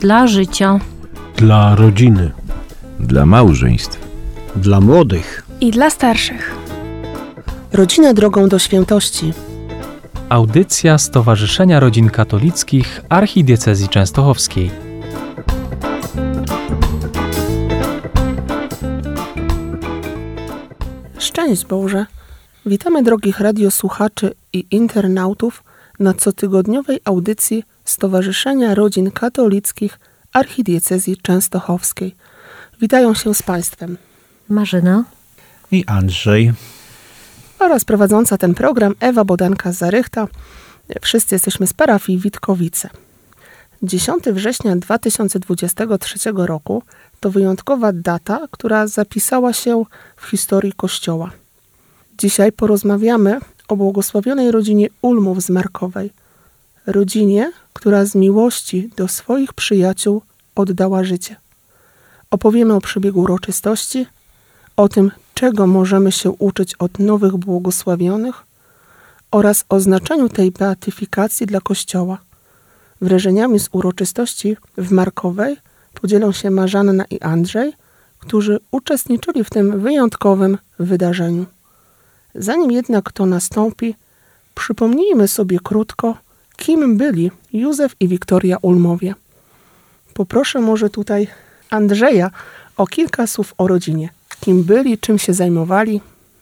Dla życia. Dla rodziny. Dla małżeństw. Dla młodych. I dla starszych. Rodzina drogą do świętości. Audycja Stowarzyszenia Rodzin Katolickich Archidiecezji Częstochowskiej. Szczęść Boże! Witamy drogich radiosłuchaczy i internautów na cotygodniowej audycji Stowarzyszenia Rodzin Katolickich Archidiecezji Częstochowskiej. Witają się z Państwem Marzena I Andrzej. oraz prowadząca ten program Ewa Bodanka-Zarychta. Wszyscy jesteśmy z parafii Witkowice. 10 września 2023 roku to wyjątkowa data, która zapisała się w historii Kościoła. Dzisiaj porozmawiamy o błogosławionej rodzinie Ulmów z Markowej. Rodzinie, która z miłości do swoich przyjaciół oddała życie. Opowiemy o przebiegu uroczystości, o tym, czego możemy się uczyć od nowych błogosławionych oraz o znaczeniu tej beatyfikacji dla Kościoła. Wrażeniami z uroczystości w Markowej podzielą się Marzanna i Andrzej, którzy uczestniczyli w tym wyjątkowym wydarzeniu. Zanim jednak to nastąpi, przypomnijmy sobie krótko, kim byli Józef i Wiktoria Ulmowie. Poproszę może tutaj Andrzeja o kilka słów o rodzinie. Kim byli, czym się zajmowali?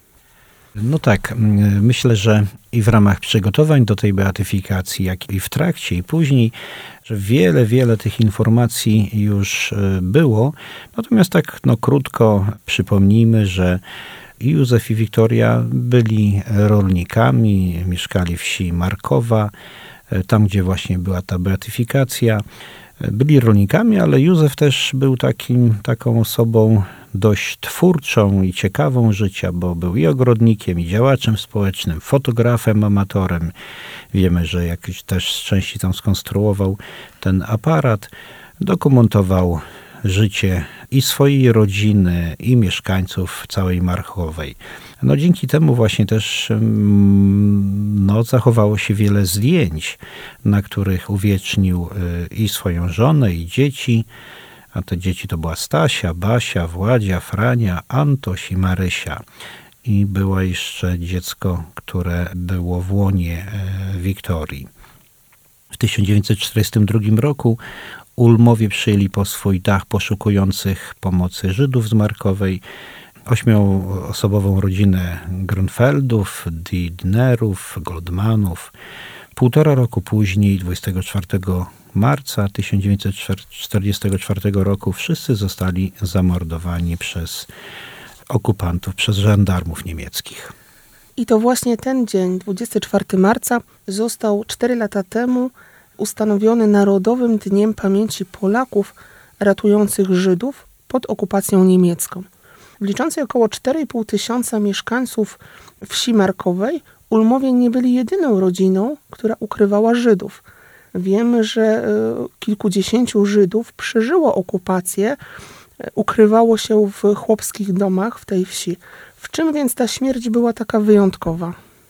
No tak, myślę, że i w ramach przygotowań do tej beatyfikacji, jak i w trakcie i później, że wiele tych informacji już było. Natomiast tak krótko przypomnijmy, że i Józef i Wiktoria byli rolnikami, mieszkali w wsi Markowa, tam gdzie właśnie była ta beatyfikacja. Byli rolnikami, ale Józef też był taką osobą dość twórczą i ciekawą życia, bo był i ogrodnikiem, i działaczem społecznym, fotografem, amatorem. Wiemy, że jakiś też z części tam skonstruował ten aparat, dokumentował życie i swojej rodziny, i mieszkańców całej Markowej. Dzięki temu właśnie też zachowało się wiele zdjęć, na których uwiecznił i swoją żonę, i dzieci. A te dzieci to była Stasia, Basia, Władzia, Frania, Antoś i Marysia. I było jeszcze dziecko, które było w łonie Wiktorii. W 1942 roku Ulmowie przyjęli po swój dach poszukujących pomocy Żydów z Markowej, 8-osobową rodzinę Grunfeldów, Didnerów, Goldmanów. 1,5 roku później, 24 marca 1944 roku, wszyscy zostali zamordowani przez okupantów, przez żandarmów niemieckich. I to właśnie ten dzień, 24 marca, został 4 lata temu ustanowiony Narodowym Dniem Pamięci Polaków ratujących Żydów pod okupacją niemiecką. W liczącej około 4,5 tysiąca mieszkańców wsi Markowej Ulmowie nie byli jedyną rodziną, która ukrywała Żydów. Wiemy, że kilkudziesięciu Żydów przeżyło okupację, ukrywało się w chłopskich domach w tej wsi. W czym więc ta śmierć była taka wyjątkowa?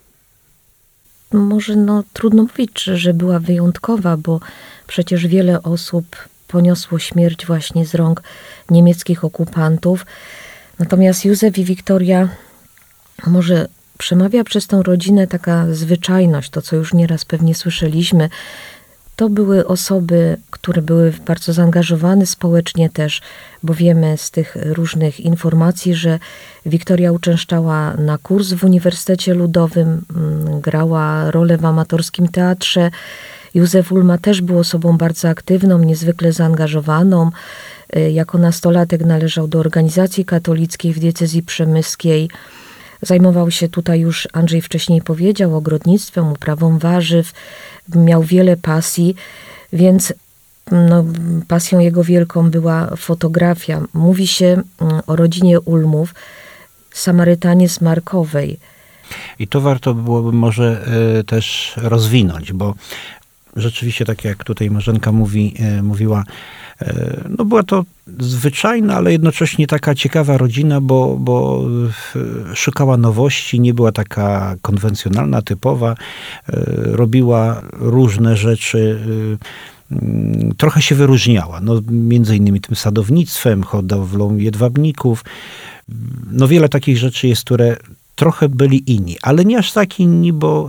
Może trudno mówić, że była wyjątkowa, bo przecież wiele osób poniosło śmierć właśnie z rąk niemieckich okupantów. Natomiast Józef i Wiktoria, może przemawia przez tą rodzinę taka zwyczajność, to co już nieraz pewnie słyszeliśmy. To były osoby, które były bardzo zaangażowane społecznie też, bo wiemy z tych różnych informacji, że Wiktoria uczęszczała na kurs w Uniwersytecie Ludowym, grała rolę w amatorskim teatrze. Józef Ulma też był osobą bardzo aktywną, niezwykle zaangażowaną. Jako nastolatek należał do organizacji katolickiej w diecezji przemyskiej. Zajmował się tutaj, już Andrzej wcześniej powiedział, ogrodnictwem, uprawą warzyw. Miał wiele pasji, więc pasją jego wielką była fotografia. Mówi się o rodzinie Ulmów, Samarytanie z Markowej. I to warto byłoby może też rozwinąć, bo rzeczywiście, tak jak tutaj Marzenka mówiła, była to zwyczajna, ale jednocześnie taka ciekawa rodzina, bo szukała nowości, nie była taka konwencjonalna, typowa, robiła różne rzeczy trochę się wyróżniała. No, między innymi tym sadownictwem, hodowlą jedwabników. No wiele takich rzeczy jest, które trochę byli inni, ale nie aż tak inni, bo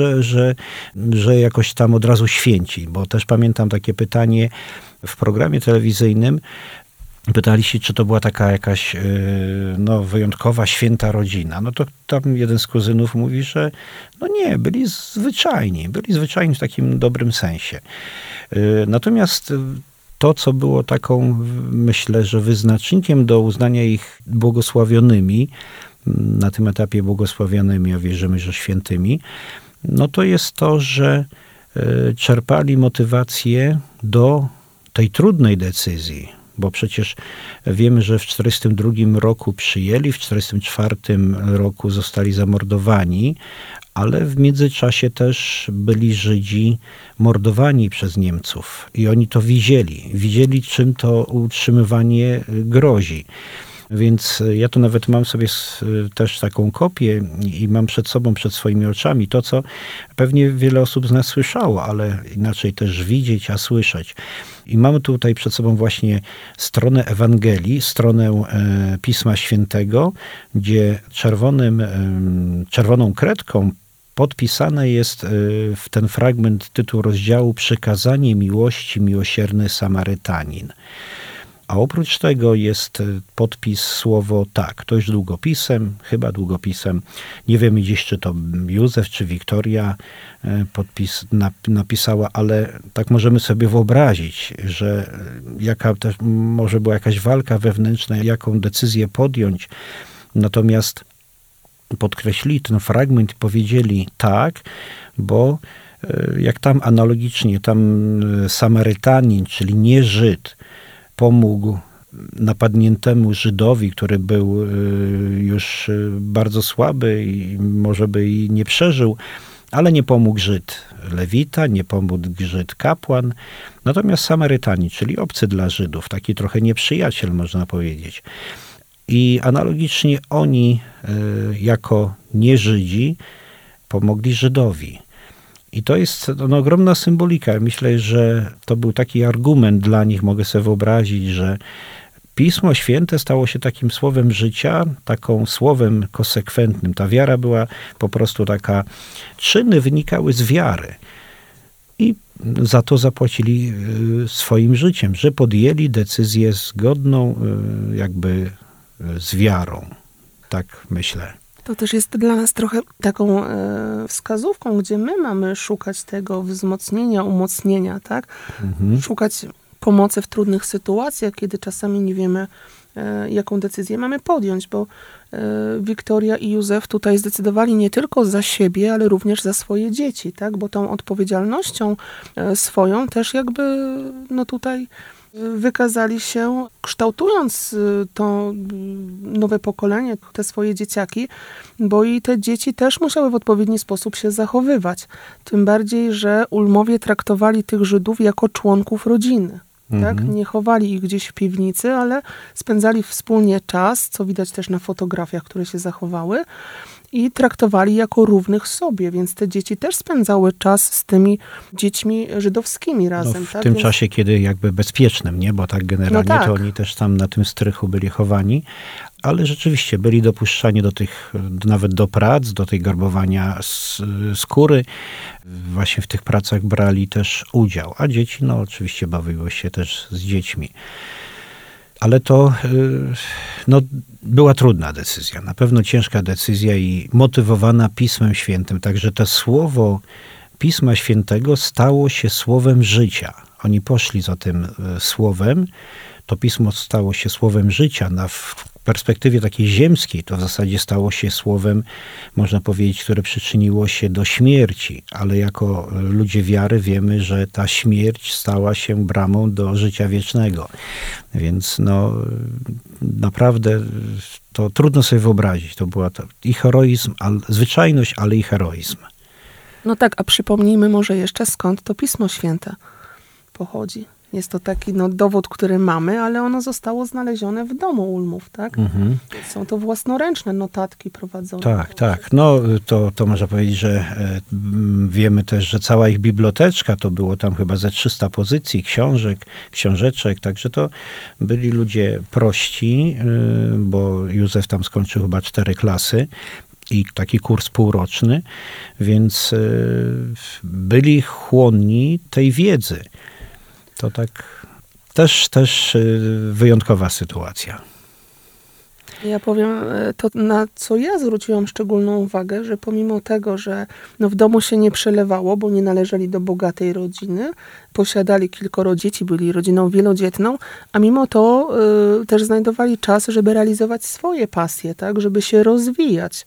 że jakoś tam od razu święci. Bo też pamiętam takie pytanie w programie telewizyjnym. Pytali się, czy to była taka jakaś wyjątkowa, święta rodzina. No to tam jeden z kuzynów mówi, że no nie, byli zwyczajni w takim dobrym sensie. Natomiast to, co było taką, myślę, że wyznacznikiem do uznania ich błogosławionymi, na tym etapie błogosławionymi, a wierzymy, że świętymi, no to jest to, że czerpali motywację do tej trudnej decyzji, bo przecież wiemy, że w 1942 roku przyjęli, w 1944 roku zostali zamordowani, ale w międzyczasie też byli Żydzi mordowani przez Niemców i oni to widzieli, czym to utrzymywanie grozi. Więc ja tu nawet mam sobie też taką kopię i mam przed sobą, przed swoimi oczami to, co pewnie wiele osób z nas słyszało, ale inaczej też widzieć, a słyszeć. I mamy tutaj przed sobą właśnie stronę Ewangelii, stronę Pisma Świętego, gdzie czerwoną kredką podpisane jest w ten fragment tytuł rozdziału Przykazanie miłości, miłosierny Samarytanin. A oprócz tego jest podpis słowo tak, to już chyba długopisem. Nie wiemy dziś, czy to Józef, czy Wiktoria podpis napisała, ale tak możemy sobie wyobrazić, że jaka też może była jakaś walka wewnętrzna, jaką decyzję podjąć. Natomiast podkreślili ten fragment i powiedzieli tak, bo jak tam analogicznie, tam Samarytanin, czyli nie Żyd, pomógł napadniętemu Żydowi, który był już bardzo słaby i może by i nie przeżył, ale nie pomógł Żyd Lewita, nie pomógł Żyd kapłan, natomiast Samarytanin, czyli obcy dla Żydów, taki trochę nieprzyjaciel, można powiedzieć. I analogicznie oni, jako nie-Żydzi, pomogli Żydowi. I to jest ogromna symbolika. Myślę, że to był taki argument dla nich, mogę sobie wyobrazić, że Pismo Święte stało się takim słowem życia, taką słowem konsekwentnym. Ta wiara była po prostu taka, czyny wynikały z wiary. I za to zapłacili swoim życiem, że podjęli decyzję zgodną jakby z wiarą. Tak myślę. To też jest dla nas trochę taką wskazówką, gdzie my mamy szukać tego wzmocnienia, umocnienia, tak? Szukać pomocy w trudnych sytuacjach, kiedy czasami nie wiemy, jaką decyzję mamy podjąć, bo Wiktoria i Józef tutaj zdecydowali nie tylko za siebie, ale również za swoje dzieci, tak? Bo tą odpowiedzialnością swoją też jakby tutaj wykazali się, kształtując to nowe pokolenie, te swoje dzieciaki, bo i te dzieci też musiały w odpowiedni sposób się zachowywać. Tym bardziej, że Ulmowie traktowali tych Żydów jako członków rodziny. Tak? Nie chowali ich gdzieś w piwnicy, ale spędzali wspólnie czas, co widać też na fotografiach, które się zachowały, i traktowali jako równych sobie, więc te dzieci też spędzały czas z tymi dziećmi żydowskimi razem. W tym czasie, kiedy jakby bezpiecznym, nie? Bo tak generalnie to oni też tam na tym strychu byli chowani, ale rzeczywiście byli dopuszczani do tych, nawet do prac, do tej garbowania skóry. Właśnie w tych pracach brali też udział, a dzieci oczywiście bawiły się też z dziećmi. Ale to była trudna decyzja, na pewno ciężka decyzja i motywowana Pismem Świętym. Także to słowo Pisma Świętego stało się słowem życia. Oni poszli za tym słowem. To Pismo stało się słowem życia. W perspektywie takiej ziemskiej to w zasadzie stało się słowem, można powiedzieć, które przyczyniło się do śmierci. Ale jako ludzie wiary wiemy, że ta śmierć stała się bramą do życia wiecznego. Więc naprawdę to trudno sobie wyobrazić. To była i heroizm, zwyczajność, ale i heroizm. No tak, a przypomnijmy może jeszcze, skąd to Pismo Święte pochodzi. Jest to taki dowód, który mamy, ale ono zostało znalezione w domu Ulmów, tak? Są to własnoręczne notatki prowadzone. Tak. No to można powiedzieć, że wiemy też, że cała ich biblioteczka to było tam chyba ze 300 pozycji, książeczek, także to byli ludzie prości, bo Józef tam skończył chyba 4 klasy i taki kurs półroczny, więc byli chłonni tej wiedzy. To tak też wyjątkowa sytuacja. Ja powiem, to na co ja zwróciłam szczególną uwagę, że pomimo tego, że w domu się nie przelewało, bo nie należeli do bogatej rodziny, posiadali kilkoro dzieci, byli rodziną wielodzietną, a mimo to też znajdowali czas, żeby realizować swoje pasje, tak, żeby się rozwijać.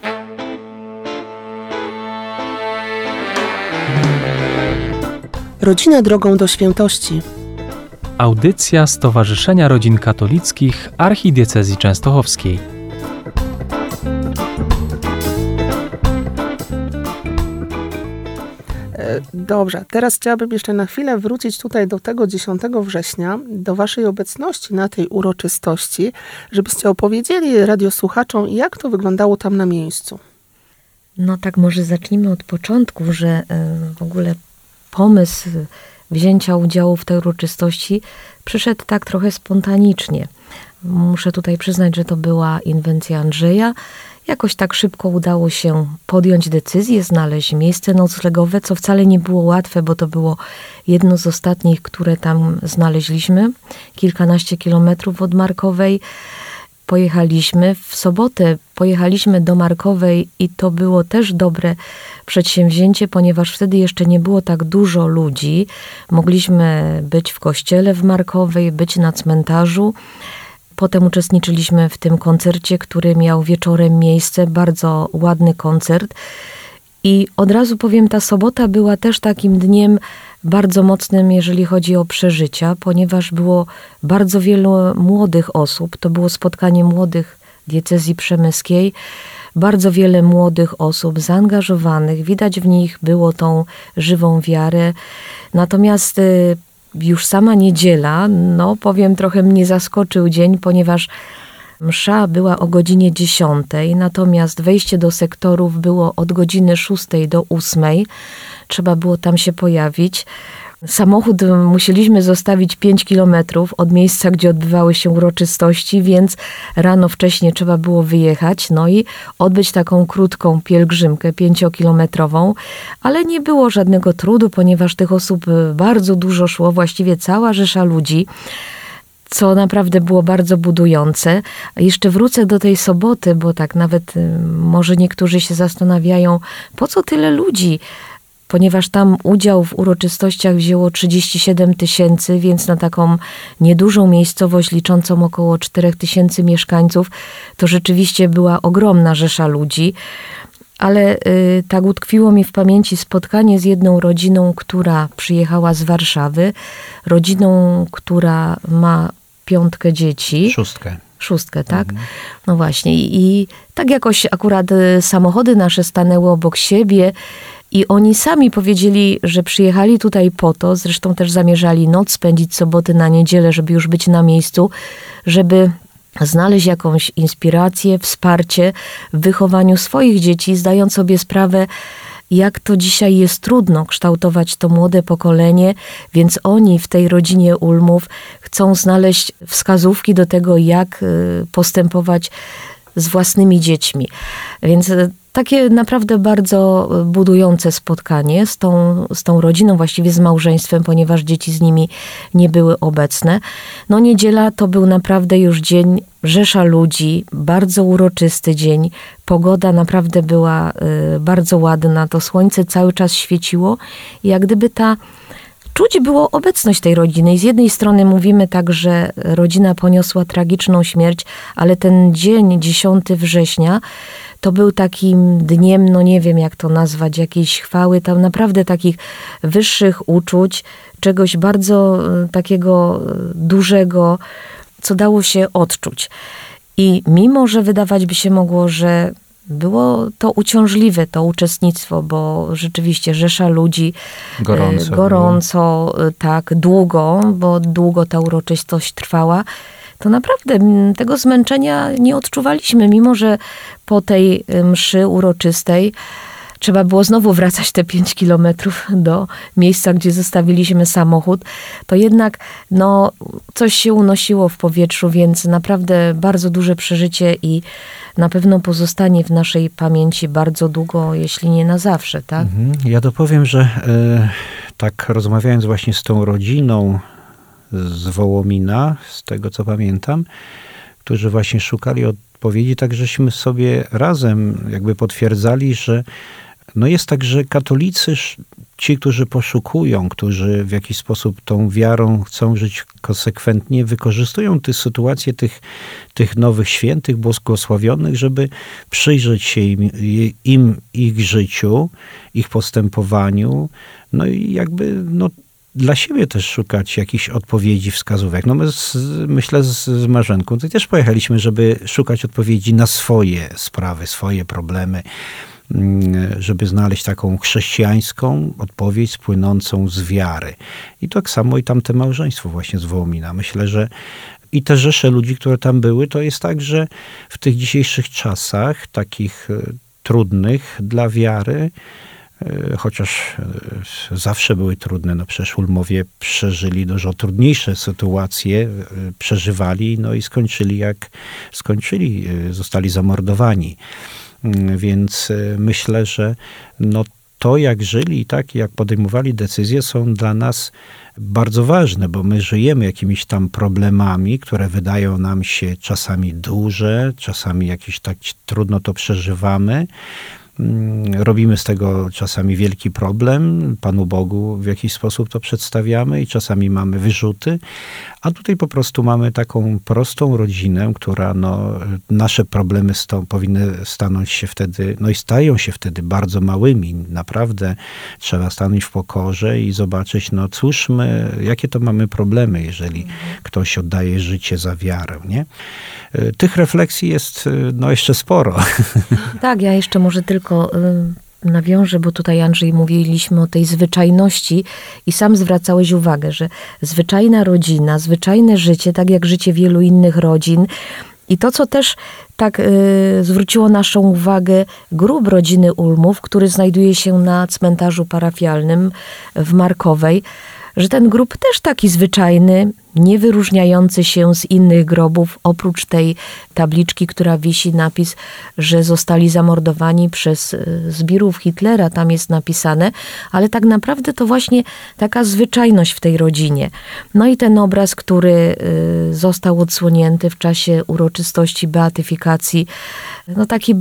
Rodzina drogą do świętości. Audycja Stowarzyszenia Rodzin Katolickich Archidiecezji Częstochowskiej. Dobrze, teraz chciałabym jeszcze na chwilę wrócić tutaj do tego 10 września, do waszej obecności na tej uroczystości, żebyście opowiedzieli radiosłuchaczom, jak to wyglądało tam na miejscu. No tak, może zacznijmy od początku, że w ogóle pomysł wzięcia udziału w tej uroczystości przyszedł tak trochę spontanicznie. Muszę tutaj przyznać, że to była inwencja Andrzeja. Jakoś tak szybko udało się podjąć decyzję, znaleźć miejsce noclegowe, co wcale nie było łatwe, bo to było jedno z ostatnich, które tam znaleźliśmy. Kilkanaście kilometrów od Markowej. Pojechaliśmy w sobotę, pojechaliśmy do Markowej i to było też dobre przedsięwzięcie, ponieważ wtedy jeszcze nie było tak dużo ludzi. Mogliśmy być w kościele w Markowej, być na cmentarzu. Potem uczestniczyliśmy w tym koncercie, który miał wieczorem miejsce, bardzo ładny koncert. I od razu powiem, ta sobota była też takim dniem bardzo mocnym, jeżeli chodzi o przeżycia, ponieważ było bardzo wielu młodych osób. To było spotkanie młodych diecezji przemyskiej. Bardzo wiele młodych osób zaangażowanych. Widać w nich było tą żywą wiarę. Natomiast już sama niedziela, powiem, trochę mnie zaskoczył dzień, ponieważ msza była o godzinie 10, natomiast wejście do sektorów było od godziny 6 do 8. Trzeba było tam się pojawić. Samochód musieliśmy zostawić 5 kilometrów od miejsca, gdzie odbywały się uroczystości, więc rano wcześnie trzeba było wyjechać, i odbyć taką krótką pielgrzymkę 5-kilometrową, ale nie było żadnego trudu, ponieważ tych osób bardzo dużo szło, właściwie cała rzesza ludzi, co naprawdę było bardzo budujące. Jeszcze wrócę do tej soboty, bo tak nawet może niektórzy się zastanawiają, po co tyle ludzi? Ponieważ tam udział w uroczystościach wzięło 37 000, więc na taką niedużą miejscowość liczącą około 4 000 mieszkańców, to rzeczywiście była ogromna rzesza ludzi. Ale tak utkwiło mi w pamięci spotkanie z jedną rodziną, która przyjechała z Warszawy. Rodziną, która ma 5 dzieci. 6, tak? No właśnie. I tak jakoś akurat samochody nasze stanęły obok siebie i oni sami powiedzieli, że przyjechali tutaj po to, zresztą też zamierzali noc spędzić, soboty na niedzielę, żeby już być na miejscu, żeby znaleźć jakąś inspirację, wsparcie w wychowaniu swoich dzieci, zdając sobie sprawę, jak to dzisiaj jest trudno kształtować to młode pokolenie, więc oni w tej rodzinie Ulmów chcą znaleźć wskazówki do tego, jak postępować z własnymi dziećmi. Więc takie naprawdę bardzo budujące spotkanie z tą rodziną, właściwie z małżeństwem, ponieważ dzieci z nimi nie były obecne. Niedziela to był naprawdę już dzień, rzesza ludzi, bardzo uroczysty dzień. Pogoda naprawdę była bardzo ładna, to słońce cały czas świeciło i jak gdyby czuć było obecność tej rodziny. I z jednej strony mówimy tak, że rodzina poniosła tragiczną śmierć, ale ten dzień, 10 września, to był takim dniem, nie wiem jak to nazwać, jakiejś chwały, tam naprawdę takich wyższych uczuć, czegoś bardzo takiego dużego, co dało się odczuć. I mimo, że wydawać by się mogło, że Było to uciążliwe, to uczestnictwo, bo rzeczywiście rzesza ludzi, gorąco tak, długo, bo długo ta uroczystość trwała. To naprawdę tego zmęczenia nie odczuwaliśmy, mimo że po tej mszy uroczystej trzeba było znowu wracać te 5 kilometrów do miejsca, gdzie zostawiliśmy samochód, to jednak coś się unosiło w powietrzu, więc naprawdę bardzo duże przeżycie i na pewno pozostanie w naszej pamięci bardzo długo, jeśli nie na zawsze, tak? Ja dopowiem, że tak rozmawiając właśnie z tą rodziną z Wołomina, z tego co pamiętam, którzy właśnie szukali odpowiedzi, tak żeśmy sobie razem jakby potwierdzali, że jest tak, że katolicy, ci, którzy poszukują, którzy w jakiś sposób tą wiarą chcą żyć konsekwentnie, wykorzystują tę sytuację tych nowych świętych, błogosławionych, żeby przyjrzeć się ich życiu, ich postępowaniu, i jakby dla siebie też szukać jakichś odpowiedzi, wskazówek. My myślę z Marzenką to też pojechaliśmy, żeby szukać odpowiedzi na swoje sprawy, swoje problemy, żeby znaleźć taką chrześcijańską odpowiedź płynącą z wiary. I tak samo i tamte małżeństwo właśnie z Wołomina. Myślę, że i te rzesze ludzi, które tam były, to jest tak, że w tych dzisiejszych czasach, takich trudnych dla wiary, chociaż zawsze były trudne, przecież Ulmowie przeżyli dużo trudniejsze sytuacje, przeżywali, i skończyli jak skończyli, zostali zamordowani. Więc myślę, że to jak żyli, tak jak podejmowali decyzje, są dla nas bardzo ważne, bo my żyjemy jakimiś tam problemami, które wydają nam się czasami duże, czasami jakieś tak trudno to przeżywamy. Robimy z tego czasami wielki problem, Panu Bogu w jakiś sposób to przedstawiamy i czasami mamy wyrzuty, a tutaj po prostu mamy taką prostą rodzinę, która nasze problemy powinny stanąć się wtedy, i stają się wtedy bardzo małymi. Naprawdę trzeba stanąć w pokorze i zobaczyć, cóż jakie to mamy problemy, jeżeli ktoś oddaje życie za wiarę, nie? Tych refleksji jest jeszcze sporo. Tak, ja jeszcze może tylko nawiążę, bo tutaj, Andrzej, mówiliśmy o tej zwyczajności i sam zwracałeś uwagę, że zwyczajna rodzina, zwyczajne życie, tak jak życie wielu innych rodzin i to, co też tak zwróciło naszą uwagę, grób rodziny Ulmów, który znajduje się na cmentarzu parafialnym w Markowej, że ten grób też taki zwyczajny, nie wyróżniający się z innych grobów, oprócz tej tabliczki, która wisi, napis, że zostali zamordowani przez zbirów Hitlera, tam jest napisane, ale tak naprawdę to właśnie taka zwyczajność w tej rodzinie. I ten obraz, który został odsłonięty w czasie uroczystości beatyfikacji, taki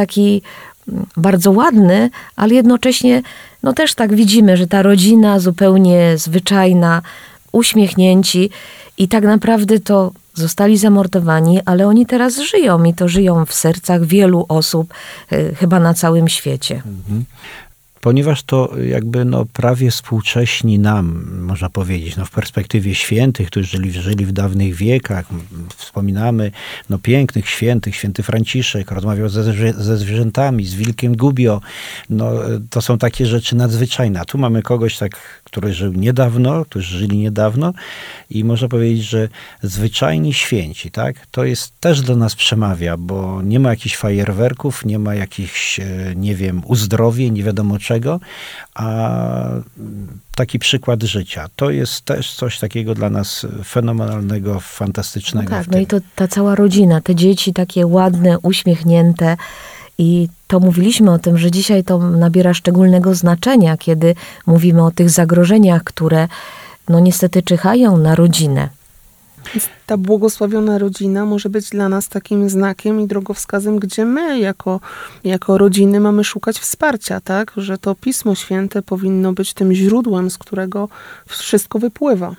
bardzo ładny, ale jednocześnie też tak widzimy, że ta rodzina zupełnie zwyczajna, uśmiechnięci i tak naprawdę to zostali zamordowani, ale oni teraz żyją i to żyją w sercach wielu osób, chyba na całym świecie. Ponieważ to jakby prawie współcześni nam, można powiedzieć, w perspektywie świętych, którzy żyli w dawnych wiekach, wspominamy pięknych świętych, święty Franciszek rozmawiał ze zwierzętami, z wilkiem Gubbio, to są takie rzeczy nadzwyczajne. A tu mamy kogoś który żył niedawno, którzy żyli niedawno i można powiedzieć, że zwyczajni święci, tak? To jest też do nas przemawia, bo nie ma jakichś fajerwerków, nie ma jakichś, uzdrowień, nie wiadomo czego, a taki przykład życia. To jest też coś takiego dla nas fenomenalnego, fantastycznego. Tak, i to ta cała rodzina, te dzieci takie ładne, uśmiechnięte. I to mówiliśmy o tym, że dzisiaj to nabiera szczególnego znaczenia, kiedy mówimy o tych zagrożeniach, które niestety czyhają na rodzinę. Więc ta błogosławiona rodzina może być dla nas takim znakiem i drogowskazem, gdzie my jako rodziny mamy szukać wsparcia, tak? Że to Pismo Święte powinno być tym źródłem, z którego wszystko wypływa.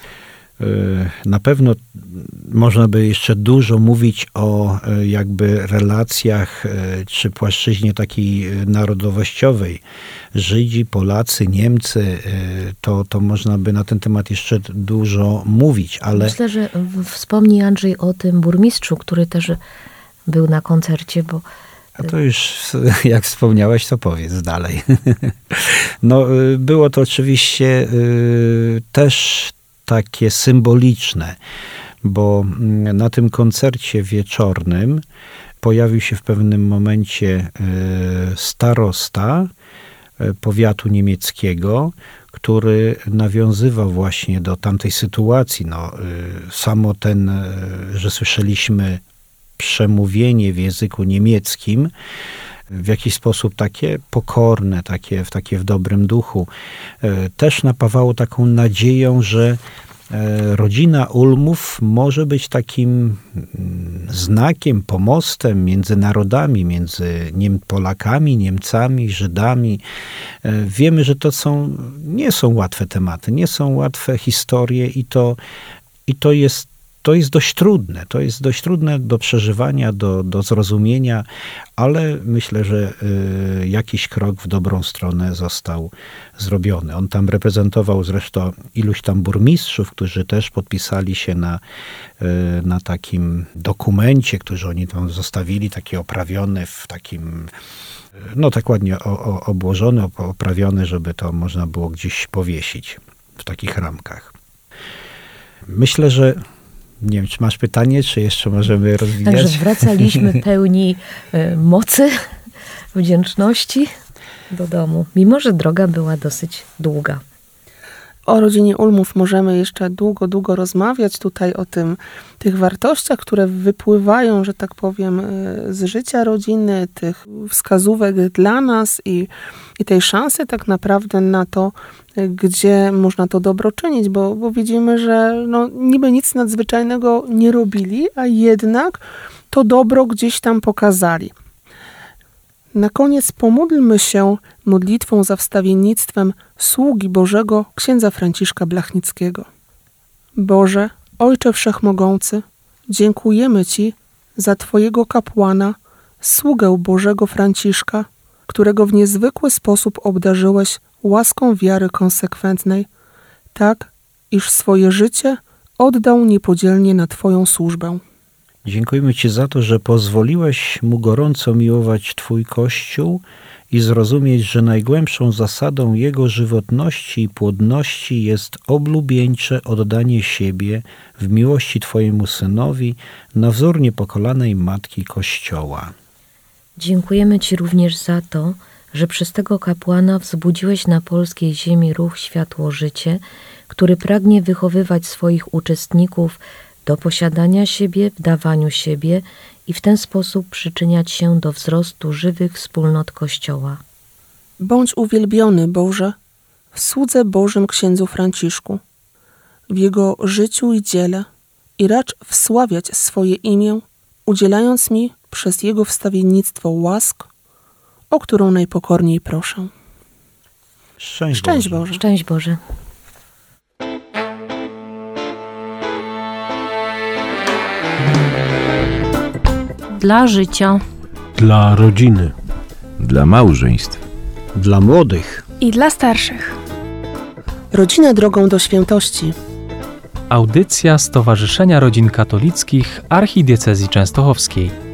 Na pewno można by jeszcze dużo mówić o jakby relacjach czy płaszczyźnie takiej narodowościowej. Żydzi, Polacy, Niemcy, to można by na ten temat jeszcze dużo mówić, ale... Myślę, że wspomnij, Andrzej, o tym burmistrzu, który też był na koncercie, bo A to już, jak wspomniałeś, to powiedz dalej. No, było to oczywiście też takie symboliczne, bo na tym koncercie wieczornym pojawił się w pewnym momencie starosta powiatu niemieckiego, który nawiązywał właśnie do tamtej sytuacji. No, samo że słyszeliśmy przemówienie w języku niemieckim, w jakiś sposób takie pokorne, takie w dobrym duchu, też napawało taką nadzieją, że rodzina Ulmów może być takim znakiem, pomostem między narodami, między Polakami, Niemcami, Żydami. Wiemy, że nie są łatwe tematy, nie są łatwe historie i to jest dość trudne. To jest dość trudne do przeżywania, do zrozumienia, ale myślę, że jakiś krok w dobrą stronę został zrobiony. On tam reprezentował zresztą iluś tam burmistrzów, którzy też podpisali się na takim dokumencie, który oni tam zostawili, taki oprawiony w takim, no tak ładnie obłożony, oprawiony, żeby to można było gdzieś powiesić w takich ramkach. Myślę, że nie wiem, czy masz pytanie, czy jeszcze możemy rozwijać? Także wracaliśmy pełni mocy, wdzięczności do domu, mimo że droga była dosyć długa. O rodzinie Ulmów możemy jeszcze długo rozmawiać tutaj o tych wartościach, które wypływają, że tak powiem, z życia rodziny, tych wskazówek dla nas i tej szansy tak naprawdę na to, gdzie można to dobro czynić, bo widzimy, że no, niby nic nadzwyczajnego nie robili, a jednak to dobro gdzieś tam pokazali. Na koniec pomódlmy się modlitwą za wstawiennictwem sługi Bożego księdza Franciszka Blachnickiego. Boże, Ojcze Wszechmogący, dziękujemy Ci za Twojego kapłana, sługę Bożego Franciszka, którego w niezwykły sposób obdarzyłeś łaską wiary konsekwentnej, tak, iż swoje życie oddał niepodzielnie na Twoją służbę. Dziękujemy Ci za to, że pozwoliłeś mu gorąco miłować Twój Kościół i zrozumieć, że najgłębszą zasadą jego żywotności i płodności jest oblubieńcze oddanie siebie w miłości Twojemu Synowi na wzór niepokolanej Matki Kościoła. Dziękujemy Ci również za to, że przez tego kapłana wzbudziłeś na polskiej ziemi ruch Światło-Życie, który pragnie wychowywać swoich uczestników do posiadania siebie, w dawaniu siebie i w ten sposób przyczyniać się do wzrostu żywych wspólnot Kościoła. Bądź uwielbiony, Boże, w słudze Bożym księdzu Franciszku, w jego życiu i dziele i racz wsławiać swoje imię, udzielając mi przez jego wstawiennictwo łask, o którą najpokorniej proszę. Szczęść Boże. Szczęść Boże. Dla życia. Dla rodziny. Dla małżeństw. Dla młodych. I dla starszych. Rodzina drogą do świętości. Audycja Stowarzyszenia Rodzin Katolickich Archidiecezji Częstochowskiej.